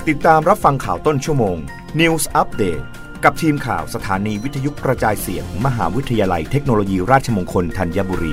ติดตามรับฟังข่าวต้นชั่วโมง News Update กับทีมข่าวสถานีวิทยุกระจายเสียง มหาวิทยาลัยเทคโนโลยีราชมงคลธัญบุรี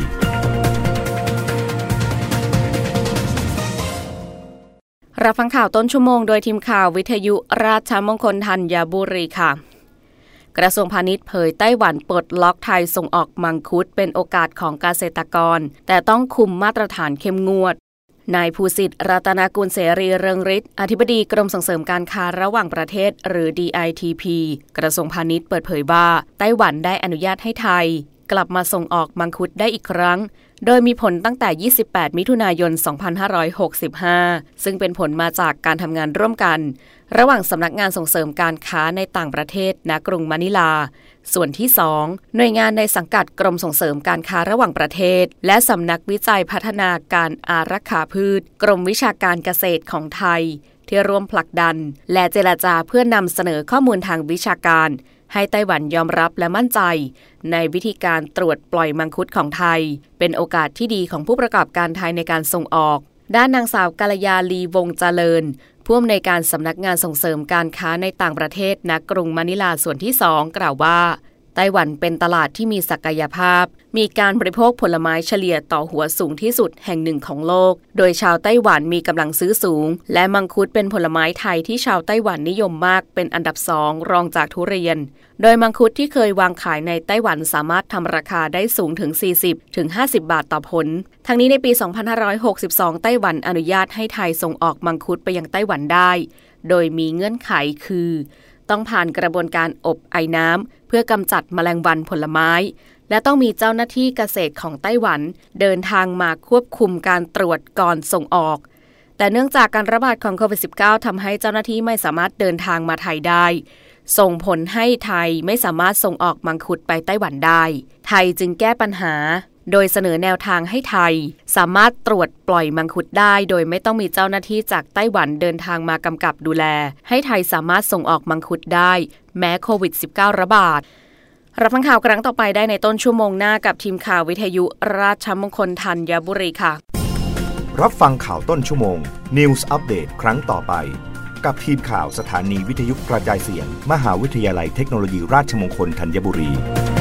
รับฟังข่าวต้นชั่วโมงโดยทีมข่าววิทยุราชมงคลธัญบุรีค่ะกระทรวงพาณิชย์เผยไต้หวันปลดล็อกไทยส่งออกมังคุดเป็นโอกาสของเกษตรกรแต่ต้องคุมมาตรฐานเข้มงวดนายภูสิทธิ์รัตนกุลเสรีเรืองฤทธิ์อธิบดีกรมส่งเสริมการค้าระหว่างประเทศหรือ DITP กระทรวงพาณิชย์เปิดเผยว่าไต้หวันได้อนุญาตให้ไทยกลับมาส่งออกมังคุดได้อีกครั้งโดยมีผลตั้งแต่28มิถุนายน2565ซึ่งเป็นผลมาจากการทำงานร่วมกันระหว่างสำนักงานส่งเสริมการค้าในต่างประเทศณกรุงมะนิลาส่วนที่2หน่วยงานในสังกัดกรมส่งเสริมการค้าระหว่างประเทศและสำนักวิจัยพัฒนาการอารักขาพืชกรมวิชาการเกษตรของไทยที่ร่วมผลักดันและเจรจาเพื่อนำเสนอข้อมูลทางวิชาการให้ไต้หวันยอมรับและมั่นใจในวิธีการตรวจปล่อยมังคุดของไทยเป็นโอกาสที่ดีของผู้ประกอบการไทยในการส่งออกด้านนางสาวกัลยาลีวงศ์เจริญผู้อำนวยการสำนักงานส่งเสริมการค้าในต่างประเทศณกรุงมะนิลาส่วนที่2กล่าวว่าไต้หวันเป็นตลาดที่มีศักยภาพมีการบริโภคผลไม้เฉลี่ยต่อหัวสูงที่สุดแห่งหนึ่งของโลกโดยชาวไต้หวันมีกำลังซื้อสูงและมังคุดเป็นผลไม้ไทยที่ชาวไต้หวันนิยมมากเป็นอันดับ2รองจากทุเรียนโดยมังคุดที่เคยวางขายในไต้หวันสามารถทำราคาได้สูงถึง 40-50 บาทต่อผลทั้งนี้ในปี 2562 ไต้หวันอนุญาตให้ไทยส่งออกมังคุดไปยังไต้หวันได้โดยมีเงื่อนไขคือต้องผ่านกระบวนการอบไอน้ำเพื่อกำจัดแมลงวันผลไม้และต้องมีเจ้าหน้าที่เกษตรของไต้หวันเดินทางมาควบคุมการตรวจก่อนส่งออกแต่เนื่องจากการระบาดของโควิด -19 ทำให้เจ้าหน้าที่ไม่สามารถเดินทางมาไทยได้ส่งผลให้ไทยไม่สามารถส่งออกมังคุดไปไต้หวันได้ไทยจึงแก้ปัญหาโดยเสนอแนวทางให้ไทยสามารถตรวจปล่อยมังคุดได้โดยไม่ต้องมีเจ้าหน้าที่จากไต้หวันเดินทางมากำกับดูแลให้ไทยสามารถส่งออกมังคุดได้แม้โควิด -19 ระบาดรับฟังข่าวครั้งต่อไปได้ในต้นชั่วโมงหน้ากับทีมข่าววิทยุราชมงคลธัญบุรีค่ะรับฟังข่าวต้นชั่วโมง News Update ครั้งต่อไปกับทีมข่าวสถานีวิทยุกระจายเสียงมหาวิทยาลัยเทคโนโลยีราชมงคลธัญบุรี